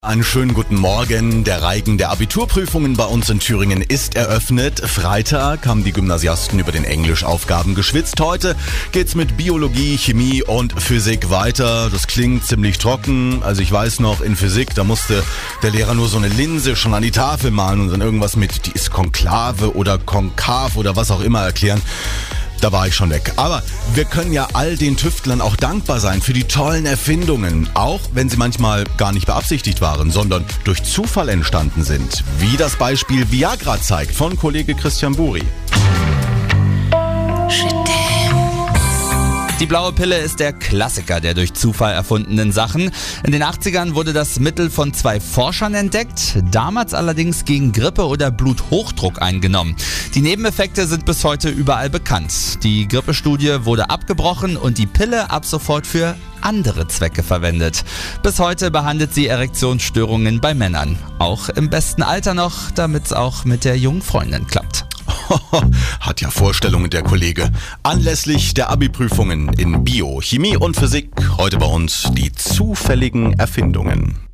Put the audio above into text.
Einen schönen guten Morgen. Der Reigen der Abiturprüfungen bei uns in Thüringen ist eröffnet. Freitag haben die Gymnasiasten über den Englischaufgaben geschwitzt. Heute geht's mit Biologie, Chemie und Physik weiter. Das klingt ziemlich trocken. Also ich weiß noch, in Physik, da musste der Lehrer nur so eine Linse schon an die Tafel malen und dann irgendwas mit, die ist konklave oder konkav oder was auch immer erklären. Da war ich schon weg. Aber wir können ja all den Tüftlern auch dankbar sein für die tollen Erfindungen, auch wenn sie manchmal gar nicht beabsichtigt waren, sondern durch Zufall entstanden sind. Wie das Beispiel Viagra zeigt von Kollege Christian Buri. Die blaue Pille ist der Klassiker der durch Zufall erfundenen Sachen. In den 80ern wurde das Mittel von 2 Forschern entdeckt, damals allerdings gegen Grippe oder Bluthochdruck eingenommen. Die Nebeneffekte sind bis heute überall bekannt. Die Grippestudie wurde abgebrochen und die Pille ab sofort für andere Zwecke verwendet. Bis heute behandelt sie Erektionsstörungen bei Männern. Auch im besten Alter noch, damit es auch mit der jungen Freundin klappt. Hat ja Vorstellungen der Kollege. Anlässlich der Abi-Prüfungen in Bio, Chemie und Physik heute bei uns die zufälligen Erfindungen.